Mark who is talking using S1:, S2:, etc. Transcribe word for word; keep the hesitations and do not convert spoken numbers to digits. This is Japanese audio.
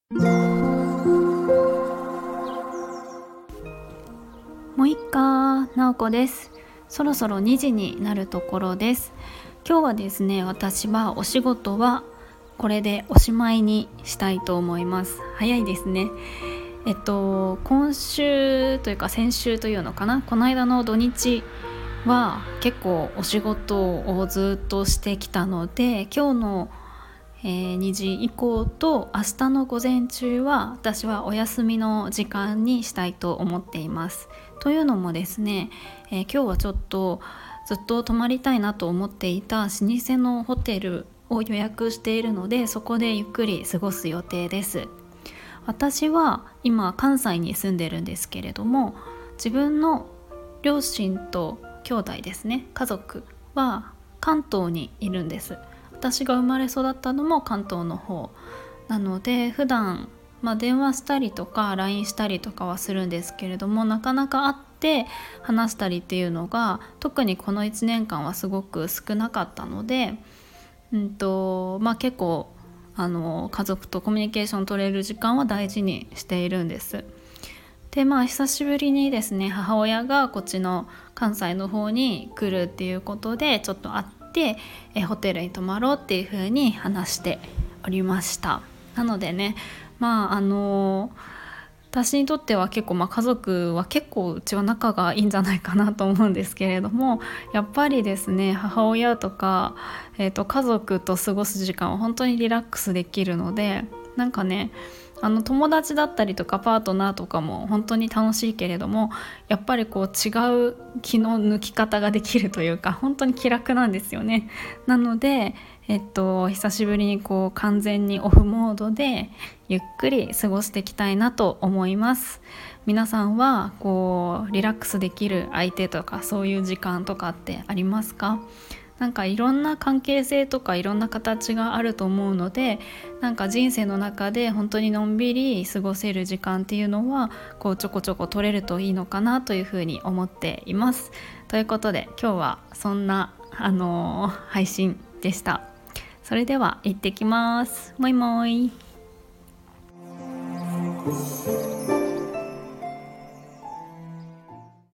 S1: もういっかなおこです。そろそろにじになるところです。今日はですね、私はお仕事はこれでおしまいにしたいと思います。早いですね。えっと今週というか先週というのかな、この間の土日は結構お仕事をずっとしてきたので、今日のえー、にじ以降と明日の午前中は私はお休みの時間にしたいと思っています。というのもですね、えー、今日はちょっとずっと泊まりたいなと思っていた老舗のホテルを予約しているので、そこでゆっくり過ごす予定です。私は今関西に住んでるんですけれども、自分の両親と兄弟ですね、家族は関東にいるんです。私が生まれ育ったのも関東の方なので、普段、まあ、電話したりとか ライン したりとかはするんですけれども、なかなか会って話したりっていうのが特にこのいちねんかんはすごく少なかったので、うんとまあ、結構あの家族とコミュニケーション取れる時間は大事にしているんです。でまあ久しぶりにですね、母親がこっちの関西の方に来るっていうことでちょっと会ってでえホテルに泊まろうっていう風に話しておりました。なのでね、まああの私にとっては結構、まあ、家族は結構うちは仲がいいんじゃないかなと思うんですけれども、やっぱりですね、母親とか、えーと、家族と過ごす時間は本当にリラックスできるので、なんかね、あの友達だったりとかパートナーとかも本当に楽しいけれども、やっぱりこう違う気の抜き方ができるというか、本当に気楽なんですよね。なので、えっと、久しぶりにこう完全にオフモードでゆっくり過ごしていきたいなと思います。皆さんはこうリラックスできる相手とかそういう時間とかってありますか？なんかいろんな関係性とかいろんな形があると思うので、なんか人生の中で本当にのんびり過ごせる時間っていうのはこうちょこちょこ取れるといいのかなというふうに思っています。ということで今日はそんな、あのー、配信でした。それでは行ってきます。もいもい。